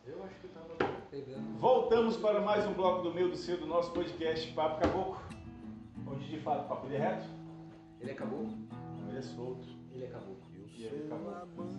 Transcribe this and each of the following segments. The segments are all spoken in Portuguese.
Eu acho que tava pegando. Voltamos para mais um bloco do meu, do seu, do nosso podcast Papo Caboclo. Onde de fato o papo ele é reto. Ele acabou? Não, ele é solto. Ele acabou. E ele acabou.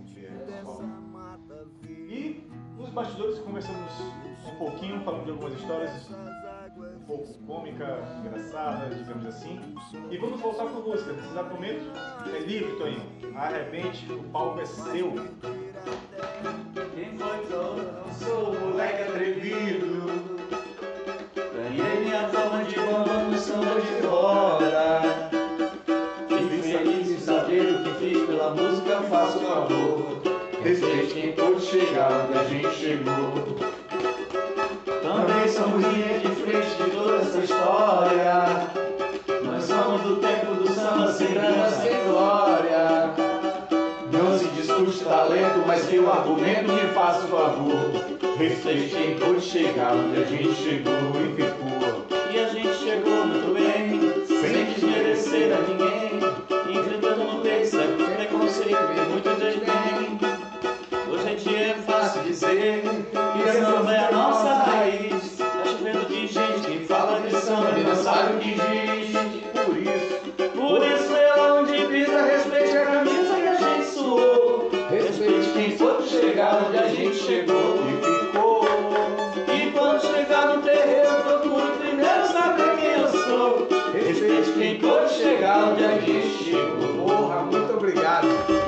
E nos bastidores conversamos um pouquinho, falando de algumas histórias um pouco cômica, engraçada, digamos assim. E vamos voltar com música. Nesse exato momento é livre, Toninho. Arrebente, o palco é seu. Quem foi que eu não sou moleque atrevido? Ganhei minha fama de bomba no samba de roda. Fico feliz em saber o que fiz pela música, faço favor. Respeite quem pôde chegar onde a gente chegou. Também somos linha de frente de toda essa história. Nós somos do tempo do samba sem grana, sem glória. Não se discute talento, mas que o argumento me faça o favor. Respeite quem pôde chegar onde a gente chegou e ficou. E a gente chegou muito bem, sem desmerecer a ninguém. Enfrentando no peito certo preconceito e muito desdém. Hoje em dia é fácil dizer que samba é a nossa raiz. Tá chovendo de gente que fala de samba e não sabe o que diz. Por isso, pela onde pisa, respeite a camisa que a gente suou. Respeite quem pôde chegar onde a gente chegou e ficou. E quando chegar no terreiro, procure primeiro saber quem eu sou. Respeite quem pôde chegar onde a gente chegou. Porra, muito obrigado.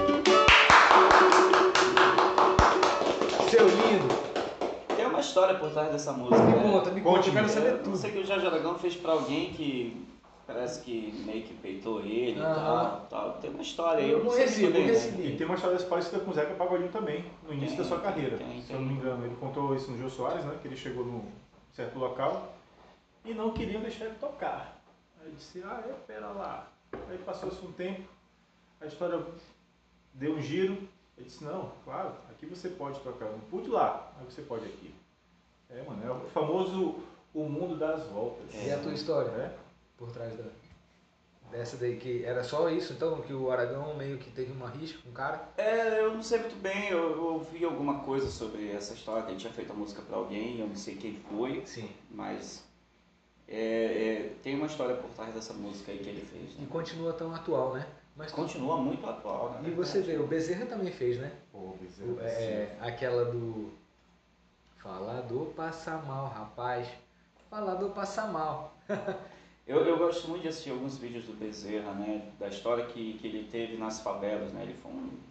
Seu lindo. Tem uma história por trás dessa música. Me né? conta, eu quero saber tudo. Não sei que o Jorge Aragão fez pra alguém que parece que meio que peitou ele e tal. Tem uma história aí. Eu não sei recebi, muito bem, não né? recebi. E tem uma história parecida com o Zeca Pagodinho também, no início da sua carreira. tem. Se eu não me engano, ele contou isso no Jô Soares, né? Que ele chegou num certo local e não queriam deixar ele tocar. Aí ele disse, pera lá. Aí passou-se um tempo, a história deu um giro. Ele disse, não, claro, aqui você pode tocar, não pude lá, mas você pode aqui. Mano, é o famoso o mundo das voltas. E a tua história, né? por trás dessa daí, que era só isso, então, que o Aragão meio que teve uma rixa com o cara? Eu não sei muito bem, eu ouvi alguma coisa sobre essa história, que ele tinha feito a música pra alguém, eu não sei quem foi, Sim. mas tem uma história por trás dessa música aí que ele fez. E Né? continua tão atual, né? Mas Continua muito atual, né? E você vê, o Bezerra também fez, né? Pô, Bezerra, Aquela do Falador passa mal, rapaz. Falador passa mal. Eu gosto muito de assistir alguns vídeos do Bezerra, né? Da história que ele teve nas favelas, né? Ele foi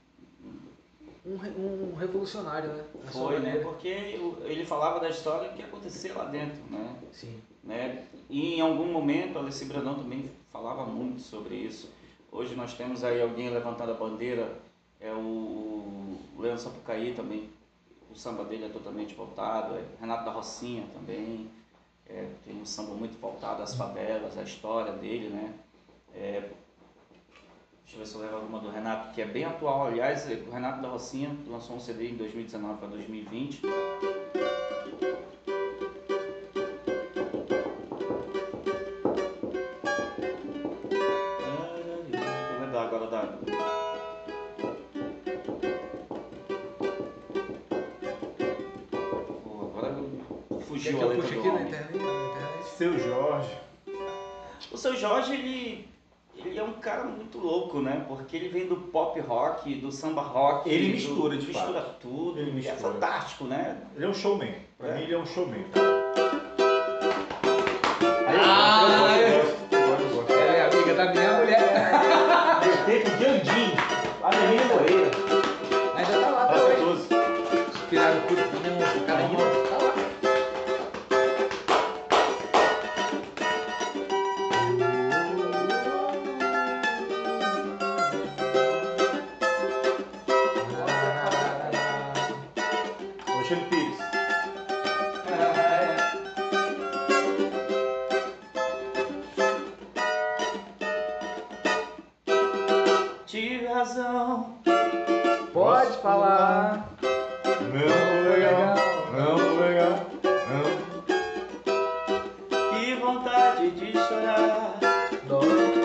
Um revolucionário, né? Na sua Foi, né? maneira. Porque ele falava da história que ia acontecer lá dentro, né? Sim. Né? E em algum momento, Alessi Brandão também falava muito sobre isso. Hoje nós temos aí alguém levantando a bandeira, o Leandro Sapucaí também, o samba dele é totalmente voltado, Renato da Rocinha também, tem um samba muito voltado às favelas, à história dele, né? Deixa eu ver se eu levo alguma do Renato, que é bem atual, aliás, o Renato da Rocinha lançou um CD em 2019 para 2020. Vou lembrar agora da... Agora fugiu a letra do na nome. internet? Seu Jorge. O Seu Jorge, ele é um cara muito louco, né? Porque ele vem do pop rock, do samba rock. Ele mistura, de mistura fato. tudo. Ele mistura. É fantástico, né? Ele é um showman. Pra mim ele é um showman. Eu gosto. Ela é amiga da minha mulher. Vertente de Andim, Adelina Moreira. Ainda tá lá, tá Essa hoje. 12. Inspiraram por um cara ainda. Tá lá. Alexandre Pires. Tive razão. Pode falar. Não, legal. Não, legal. Não. Que vontade de chorar. Dói.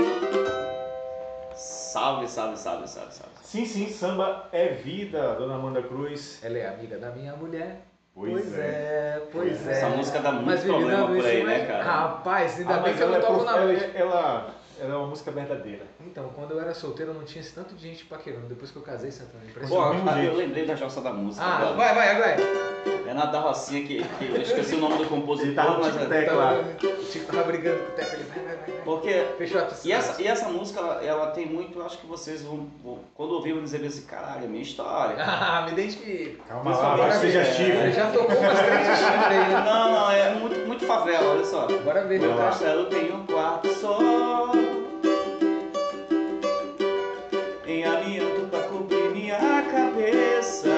Salve, salve, salve, salve, salve. Sim, sim, samba é vida, dona Amanda Cruz. Ela é amiga da minha mulher. Pois é. Essa música dá muito Mas problema Vivi, por aí, isso, né, mas- cara? Rapaz, ainda bem mas que eu não toco na noite. ela é uma música verdadeira. Então, quando eu era solteiro, eu não tinha esse tanto de gente paquerando. Depois que eu casei, Santana, Pô, impressionante. eu lembrei da jossa da música. Ah, agora. vai. Renato da Rocinha, que eu esqueci o nome do Ele compositor, tava mas... tipo tecla. O Chico tava brigando com o Teco, ele vai. Porque... Fechou a pista. E essa música, ela tem muito, eu acho que vocês vão quando ouvirem dizer assim, caralho, é minha história. Ah, me identifique. Calma lá, vai que Bora seja ver. chifre. Ele já tocou umas 3 de chifre aí, né? Não, é muito favela, olha só. Bora ver. Meu Vai lá. castelo tem um quarto só, em amianto pra cobrir minha cabeça.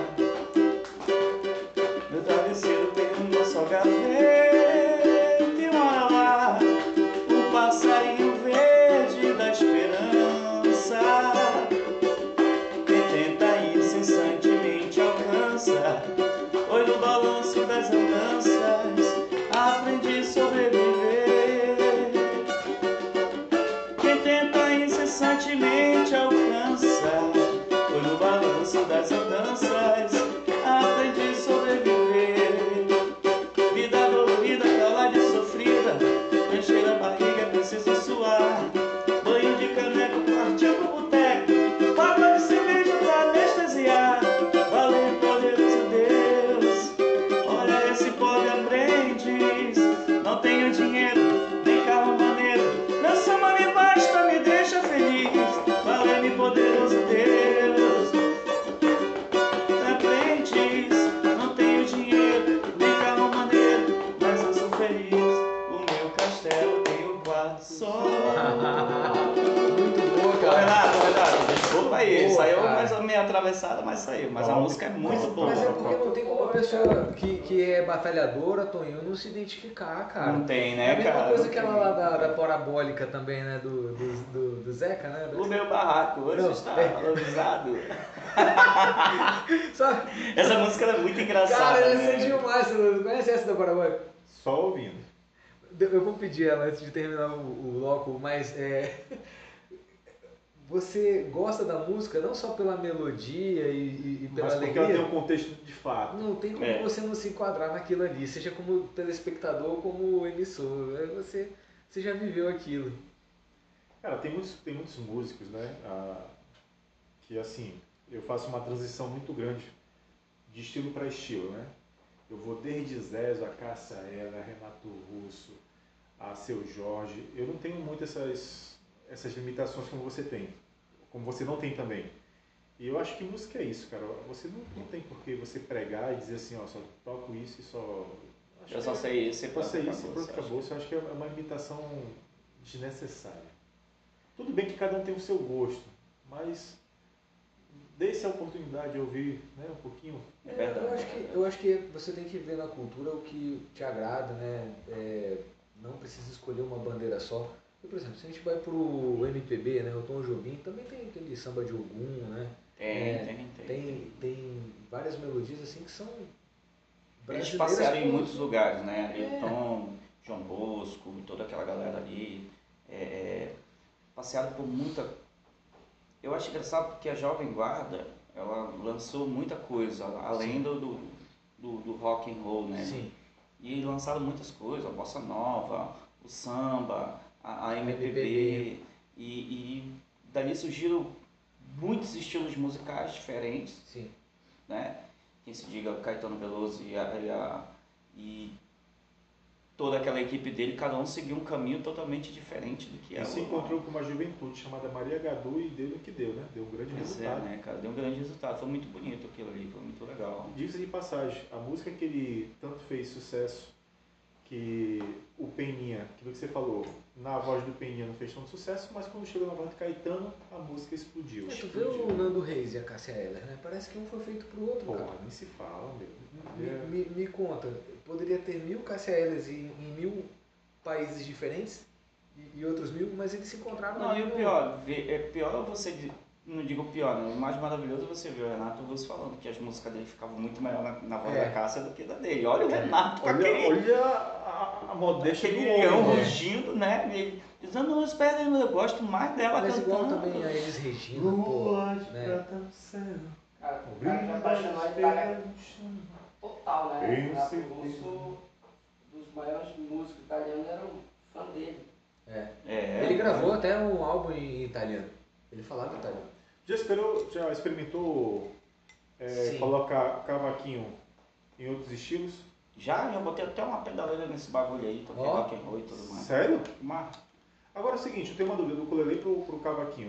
Meu travesseiro tem uma só gaveta, e mora lá o passarinho verde da esperança. Quem tenta incessantemente alcança, pois no balanço das andanças aprendi a sobreviver. Quem tenta incessantemente alcança, pois no balanço das andanças aprendi a sobreviver. Vida dolorida, calada e sofrida, encher a barriga é preciso suar. Banho de caneco, partiu pro boteco, papo de cerveja pra anestesiar. Valeu, poderoso Deus, olha esse pobre aprendiz. Não tenho dinheiro, nem carro maneiro, meu samba me basta, me deixa feliz. Valeu, poderoso Deus, aprendiz. Não tenho dinheiro, nem carro maneiro, mas eu sou feliz. O meu castelo tem um quarto só. Muito boa, Ô, cara. Renato, desculpa aí, Boa, saiu cara. mais ou menos atravessada, mas saiu. Mas a Top, música é muito top. boa. Mas é porque não tem como a pessoa que é batalhadora, Toninho, não se identificar, cara. Não tem, É né, a mesma cara? coisa Não que ela tem. lá da parabólica também, né? Do Zeca, né? O meu barraco hoje Não, está é. valorizado. Sabe? Essa música ela é muito engraçada. Cara, essa né? é demais. Você não conhece essa da parabólica? Só ouvindo. Eu vou pedir ela antes de terminar o bloco, mas você gosta da música não só pela melodia e pela Mas porque alegria? ela tem um contexto de fato. Não tem como É. você não se enquadrar naquilo ali, seja como telespectador ou como emissor. Você já viveu aquilo. Cara, tem muitos músicos, né? Que assim, eu faço uma transição muito grande de estilo para estilo, né? Eu vou desde Zezo, a Cássia Eller, Renato Russo, a Seu Jorge. Eu não tenho muito essas limitações como você tem, como você não tem também. E eu acho que música é isso, cara. Você não tem por que você pregar e dizer assim, ó, só toco isso e só... Eu só sei isso e Só pronto, sei isso e acabou, pronto, você acabou. acha? Eu acho que é uma limitação desnecessária. Tudo bem que cada um tem o seu gosto, mas dê-se a oportunidade de ouvir, né, um pouquinho. É verdade. Eu acho que você tem que ver na cultura o que te agrada, né? Não precisa escolher uma bandeira só. Por exemplo, se a gente vai pro MPB, né? O Tom Jobim também tem de samba de Ogum, né? Tem várias melodias assim que são Eles brasileiras. passearam em por- muitos lugares, né? É. Tom, João Bosco, toda aquela galera ali. Passearam por muita... Eu acho engraçado porque a Jovem Guarda, ela lançou muita coisa, além do rock and roll, né? Sim. E lançaram muitas coisas, a bossa nova, o samba, a MPB, MPB. e dali surgiram muitos estilos musicais diferentes, Sim. né? Quem se diga o Caetano Veloso e toda aquela equipe dele, cada um seguiu um caminho totalmente diferente do que E é se encontrou com uma juventude chamada Maria Gadu e deu no que deu, né? Deu um grande Pois é, resultado. né, cara? Deu um grande resultado. Foi muito bonito aquilo ali, foi muito legal. Diga-se de passagem, a música que ele tanto fez sucesso, que o Peninha, aquilo que você falou, na voz do Peninha não fez tanto sucesso, mas quando chegou na voz do Caetano, a música explodiu. Tu vê o Nando Reis e a Cássia Eller, né? Parece que um foi feito pro outro, Pô, cara. nem se fala, meu. Me conta, poderia ter 1000 Cássia Ellers em 1000 países diferentes e outros 1000, mas eles se encontraram Não, ali e o no- pior, pior você, não digo pior, né? O mais maravilhoso é você ver o Renato Russo falando que as músicas dele ficavam muito melhor na voz da Cássia do que da dele. Olha o Renato com Olha a modéstia do aquele homem, leão né? rugindo, né? Ele dizendo, não, espera, eu gosto mais dela Mas igual cantando. também a Elis Regina, pô, né? Cara, o cara já apaixonou a Itália total, internacional, né? Renato Russo, dos maiores músicos italianos, era um fã dele. Ele gravou até um álbum em italiano. Ele falava italiano. Já experimentou colocar cavaquinho em outros estilos? Já botei até uma pedaleira nesse bagulho aí, toquei rock and roll e tudo mais. Sério? Mas... Agora é o seguinte, eu tenho uma dúvida do ukulele pro cavaquinho.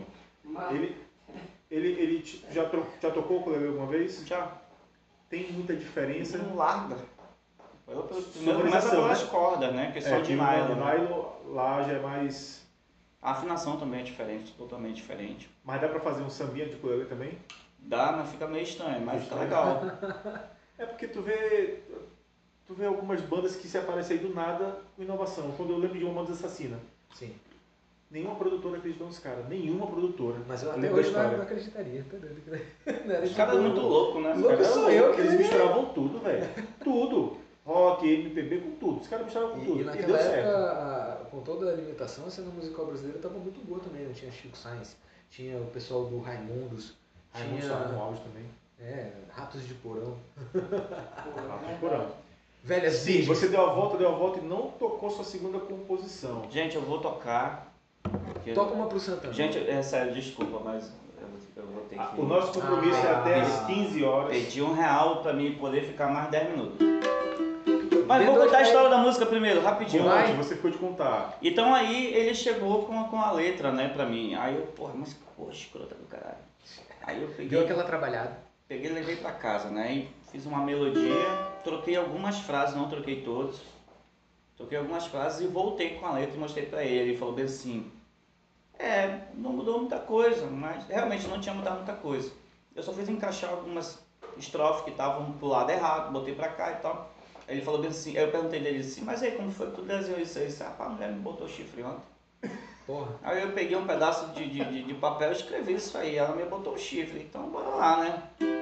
Ele já tocou o ukulele alguma vez? Já. Tem muita diferença? Não larga. Primeiro começa pelas cordas, né? Que são de nylon. Nylon lá já é mais... A afinação também é diferente, totalmente diferente. Mas dá pra fazer um sambinha de ukulele também? Dá, mas fica meio estranho, mas fica legal. É porque tu vê algumas bandas que se aparecem aí do nada com inovação. Quando eu lembro de uma banda assassina. Sim. Nenhuma produtora acreditou nos caras. Nenhuma produtora. Mas eu até hoje não acreditaria. Os caras muito loucos, né? Louco sou eu. Eles misturavam tudo, velho. Tudo. Rock, MPB, com tudo. Os caras misturavam com tudo. E naquela época, com toda a limitação, a cena musical brasileira estava muito boa também. Não tinha Chico Sainz, tinha o pessoal do Raimundos. Raimundos estava no auge também. Ratos de Porão. Ratos de Porão. Velhas Sim, virgens. você deu a volta e não tocou sua segunda composição. Gente, eu vou tocar. Toca uma pro Santana. Gente, é sério, desculpa, mas eu vou ter que... O nosso compromisso é até às 15 horas. Pedi R$1 pra mim poder ficar mais 10 minutos. Mas vou contar a história da música primeiro, rapidinho. Você ficou de contar. Então aí ele chegou com a letra, né, pra mim. Aí eu, porra, mas escrota do caralho. Aí eu peguei... Deu aquela trabalhada. Peguei e levei pra casa, né, e fiz uma melodia, troquei algumas frases, não troquei todas. Troquei algumas frases e voltei com a letra e mostrei pra ele. Ele falou bem assim... não mudou muita coisa, mas realmente não tinha mudado muita coisa. Eu só fiz encaixar algumas estrofes que estavam pro lado errado, botei pra cá e tal. Aí ele falou bem assim, aí eu perguntei dele assim, mas aí como foi que tu desenhou isso aí? Ele disse, rapaz, a mulher me botou chifre ontem. Porra. Aí eu peguei um pedaço de papel e escrevi isso aí, ela me botou o chifre, então bora lá, né?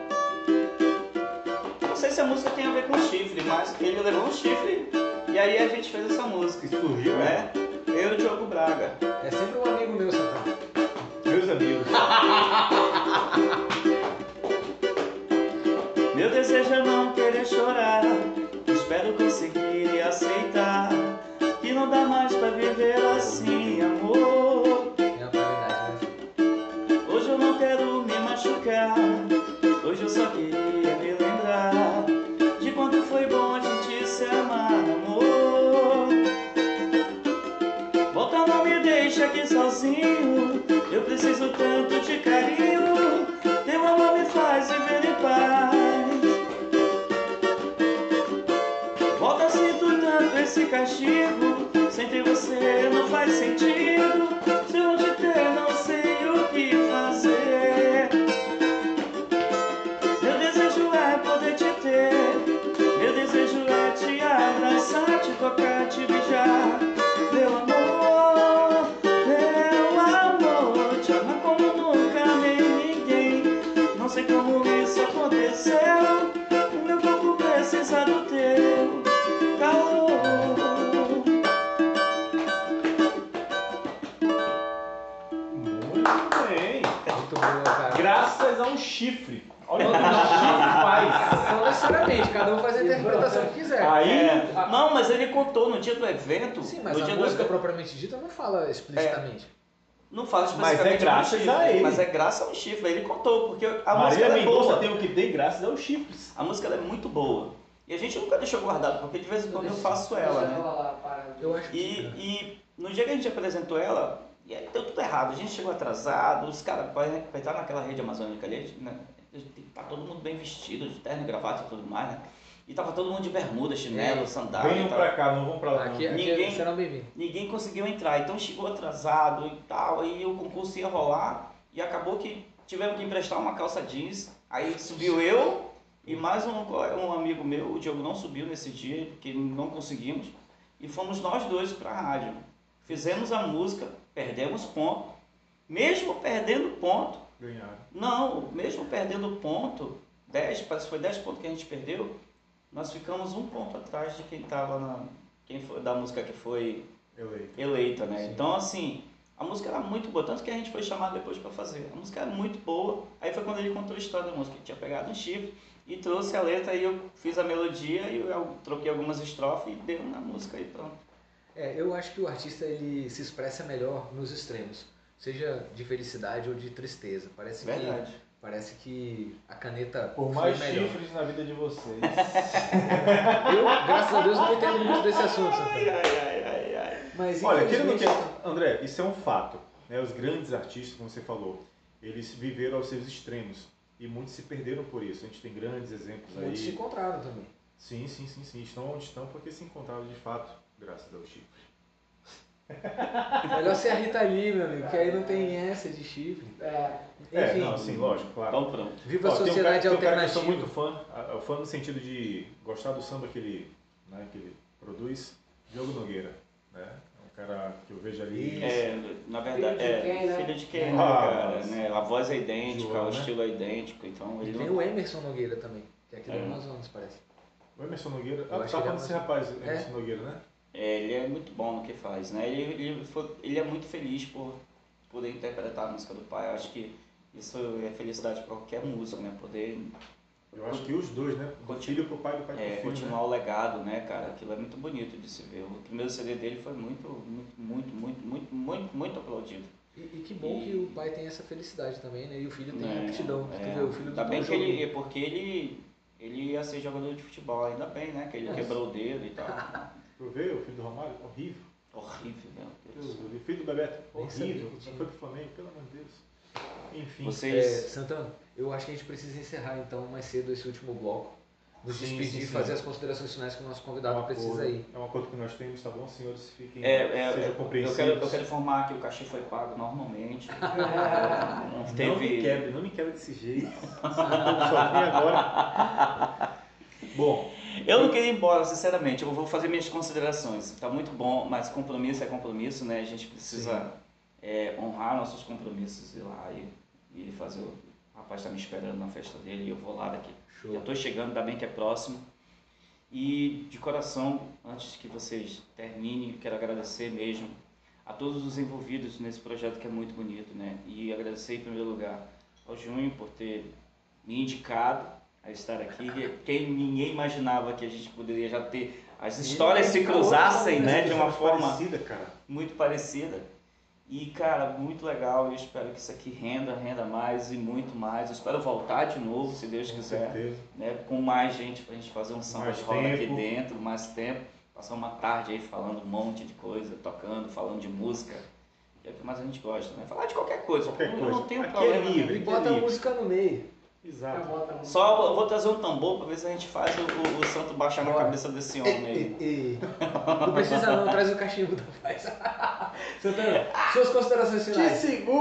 Não sei se a música tem a ver com chifre, mas ele levou um chifre e aí a gente fez essa música. E surgiu, né? Eu e o Diogo Braga. É sempre um amigo meu, Santana. Meus amigos. Meu desejo é não querer chorar, espero conseguir aceitar que não dá mais pra viver assim, amor. É a qualidade, né? Hoje eu não quero me machucar, hoje eu só queria me lembrar de quanto foi bom a gente se amar, amor. Volta, não me deixa aqui sozinho, eu preciso tanto de carinho, teu amor me faz viver em paz. Volta, sinto tanto esse castigo, sem ter você não faz sentido, se eu não te ter não sei o que fazer. Meu desejo é poder te ter, meu desejo é te abraçar, te tocar, te beijar, meu amor, te amar como nunca amei ninguém. Não sei como isso aconteceu, o meu corpo precisa do teu calor. Muito bem. Muito boa, cara. Graças a um chifre. Olha o que o chifre faz. Não necessariamente, cada um faz a interpretação que quiser. Aí, Não, mas ele contou no dia do evento. Sim, mas no a dia música do evento, propriamente dita não fala explicitamente. não fala Mas especificamente é graças do chifre, a ele. mas é graças ao chifre. Ele contou, porque a música Maria ela é boa. Mendonça tem o que tem graças aos chifres. A música ela é muito boa. E a gente nunca deixou guardado, porque de vez em quando eu faço ela, né? Eu acho que E no dia que a gente apresentou ela, deu tudo errado. A gente chegou atrasado, os caras, para entrar naquela rede amazônica ali, né? Tá todo mundo bem vestido, de terno e gravata e tudo mais, né? E tava todo mundo de bermuda, chinelo, sandália Venham e tal. pra cá, não vão pra lá. aqui, não. Ninguém- serão bem-vindos. Ninguém conseguiu entrar, então chegou atrasado e tal, aí o concurso ia rolar e acabou que tivemos que emprestar uma calça jeans, aí subiu eu e mais um amigo meu, o Diogo não subiu nesse dia, porque não conseguimos, e fomos nós dois pra rádio. Fizemos a música, perdemos ponto, mesmo perdendo ponto, Ganharam. não, mesmo perdendo ponto, 10, parece que foi 10 pontos que a gente perdeu, nós ficamos um ponto atrás de quem estava quem foi da música que foi eleita, né? Sim. Então, assim, a música era muito boa, tanto que a gente foi chamado depois para fazer. A música era muito boa. Aí foi quando ele contou a história da música, que tinha pegado um chifre. E trouxe a letra e eu fiz a melodia e eu troquei algumas estrofes e deu na música e pronto. Eu acho que o artista ele se expressa melhor nos extremos, seja de felicidade ou de tristeza. Verdade. Parece que a caneta Por foi mais melhor. chifres na vida de vocês. Eu, graças a Deus, não entendo muito desse assunto, Santana. Ai. Mas, Olha, querendo ou infelizmente, não, André, isso é um fato. Né? Os grandes artistas, como você falou, eles viveram aos seus extremos. E muitos se perderam por isso. A gente tem grandes exemplos aí. muitos se encontraram também. Sim. Estão onde estão porque se encontraram de fato, graças ao chifre. Melhor ser a Rita Lee, meu amigo, que aí não tem essa de chifre. Enfim, Não, sim, lógico, claro. Então pronto. viva a Ó, sociedade tem um cara que eu alternativa. sou muito fã no sentido de gostar do samba que ele produz, Diogo Nogueira, né? É um cara que eu vejo ali. Na verdade, Filho de quem, né? filho de quem, Ah, cara, nossa. né? A voz é idêntica, João, o né? estilo é idêntico, então E ele tem não... o Emerson Nogueira também, que é aqui do É. Amazonas, parece. O Emerson Nogueira. Eu Ah, acho tá que ele falando é desse mais- rapaz, Emerson Nogueira, né? Ele é muito bom no que faz, né? Ele é muito feliz por poder interpretar a música do pai. Eu acho que isso é felicidade para qualquer músico, né? Poder Eu acho que os dois, né? Do filho pro pai, do pai pro filho. continuar o legado, né, cara? Aquilo é muito bonito de se ver. O primeiro CD dele foi muito aplaudido. E que bom que o pai tem essa felicidade também, né? E o filho tem Né? aptidão. Tu vê, o filho do Ainda bem Tom que Jobim. porque ele ia ser jogador de futebol, ainda bem, né? Que ele quebrou o dedo e tal. Tu vê o filho do Romário? Horrível. Horrível, meu Deus Deus. do céu. O filho do Bebeto? Nem sabia Horrível. que tinha. Não foi pro Flamengo, pelo amor de Deus. Enfim. Vocês... Santana, eu acho que a gente precisa encerrar então mais cedo esse último bloco. Nos Sim, despedir e sim. fazer as considerações finais que o nosso convidado precisa ir. É um acordo que nós temos, tá bom, senhores? Fiquem, eu sejam compreensivos. quero informar que o cachê foi pago normalmente. Não Não teve... me quebre desse jeito. Só vem agora. Bom, Eu não queria ir embora, sinceramente. Eu vou fazer minhas considerações. Tá muito bom, mas compromisso é compromisso, né? A gente precisa honrar nossos compromissos, ir lá e fazer. O rapaz está me esperando na festa dele e eu vou lá daqui. Show. Já estou chegando, ainda bem que é próximo. E de coração, antes que vocês terminem, quero agradecer mesmo a todos os envolvidos nesse projeto que é muito bonito, né? E agradecer em primeiro lugar ao Junho por ter me indicado a estar aqui, porque ninguém imaginava que a gente poderia já ter as histórias se cruzassem, né, de uma forma parecida, cara. muito parecida. E, cara, muito legal. Eu espero que isso aqui renda mais e muito mais. Eu espero voltar de novo, se Deus Com quiser, certeza. né, com mais gente pra gente fazer um samba Mais de roda aqui tempo. dentro, mais tempo. Passar uma tarde aí falando um monte de coisa, tocando, falando de música. Que é o que mais a gente gosta, né? Falar de qualquer coisa. Qualquer Eu coisa. não tenho Aqui problema. é livre. E bota a música no meio. Exato. Só eu vou trazer um tambor pra ver se a gente faz o santo baixar na Bora. cabeça desse homem aí. Não precisa não, traz o cachimbo da paz. Santana, suas considerações Te finais.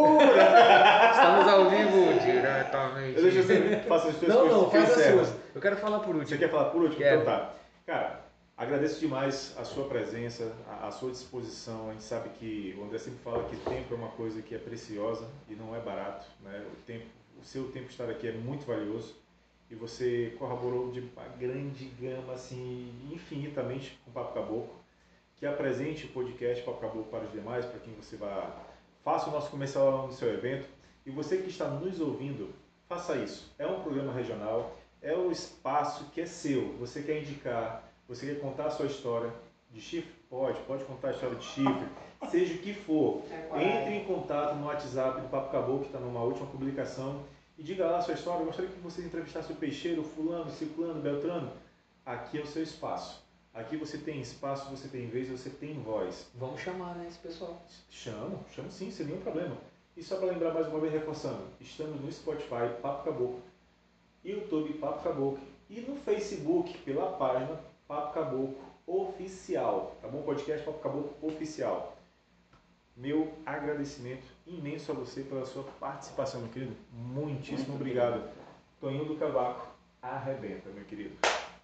segura! Estamos ao vivo diretamente. Deixa eu sempre faço as tuas Não, coisas não, que eu faz as encerro. suas. Eu quero falar por Você último. quer falar por último? Quero. Então tá. Cara, agradeço demais a sua presença, a sua disposição. A gente sabe que o André sempre fala que tempo é uma coisa que é preciosa e não é barato, né? O seu tempo estar aqui é muito valioso e você corroborou de uma grande gama, assim, infinitamente com o Papo Caboclo, que apresente o podcast Papo Caboclo para os demais, para quem você vai... Faça o nosso comercial no seu evento e você que está nos ouvindo, faça isso. É um programa regional, é um espaço que é seu. Você quer indicar, você quer contar a sua história de chifre? Pode contar a história de chifre, seja o que for. Entre em contato no WhatsApp do Papo Caboclo, que está numa última publicação, e diga lá a sua história. Eu gostaria que vocês entrevistassem o Peixeiro, o fulano, o ciclano, o beltrano. Aqui é o seu espaço. Aqui você tem espaço, você tem vez, você tem voz. Vamos chamar, né, esse pessoal. Chamo sim, sem nenhum problema. E só para lembrar mais uma vez, reforçando, estamos no Spotify, Papo Caboclo, YouTube, Papo Caboclo, e no Facebook, pela página Papo Caboclo Oficial, tá bom? Podcast Papo Caboclo Oficial. Meu agradecimento imenso a você pela sua participação, meu querido. Muitíssimo obrigado. Toninho do Cavaco, arrebenta, meu querido.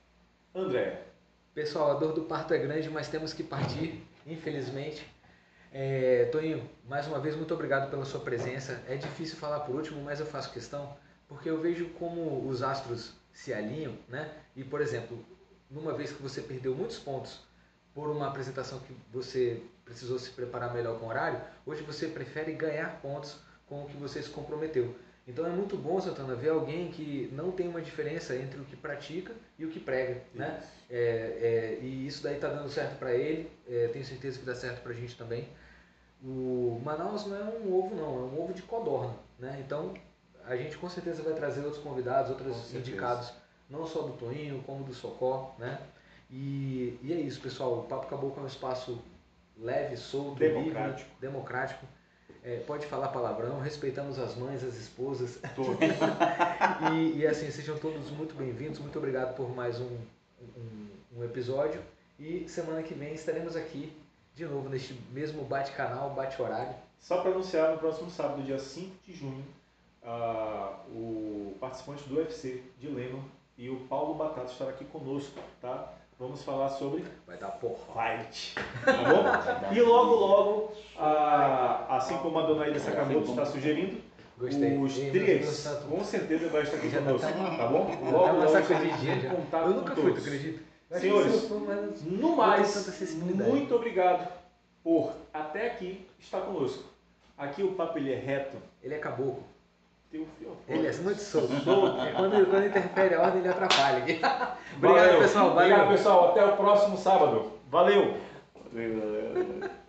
André. Pessoal, a dor do parto é grande, mas temos que partir, infelizmente. Toninho, mais uma vez, muito obrigado pela sua presença. É difícil falar por último, mas eu faço questão, porque eu vejo como os astros se alinham, né? E, por exemplo, numa vez que você perdeu muitos pontos por uma apresentação que você precisou se preparar melhor com o horário, hoje você prefere ganhar pontos com o que você se comprometeu. Então é muito bom, Santana, ver alguém que não tem uma diferença entre o que pratica e o que prega, né? E isso daí está dando certo para ele, tenho certeza que dá certo para a gente também. O Manaus não é um ovo não, é um ovo de codorna, né? Então a gente com certeza vai trazer outros convidados, outros indicados, não só do Toninho, como do Socó, né? E é isso, pessoal, o Papo Caboclo é um espaço leve, solto, livre, democrático. Pode falar palavrão, respeitamos as mães, as esposas. e assim, sejam todos muito bem-vindos. Muito obrigado por mais um episódio. E semana que vem estaremos aqui de novo neste mesmo bate-canal, bate-horário. Só para anunciar, no próximo sábado, dia 5 de junho, o participante do UFC, Dilema, e o Paulo Batata estará aqui conosco, tá? Vamos falar sobre... Vai dar porra. Fight. Tá bom? E logo, assim como a dona Aida Sakamoto está sugerindo, Gostei. os Trias, com certeza vai estar aqui conosco, tá bom? Logo, eu nunca fui, tu acredita? Senhores, no mais, muito obrigado por até aqui estar conosco. Aqui o papo ele é reto. Ele é caboclo. Tem um fio. Ele é muito solto. Quando interfere a ordem, ele atrapalha. Obrigado, pessoal. Valeu. Obrigado, pessoal. Até o próximo sábado. Valeu. Valeu.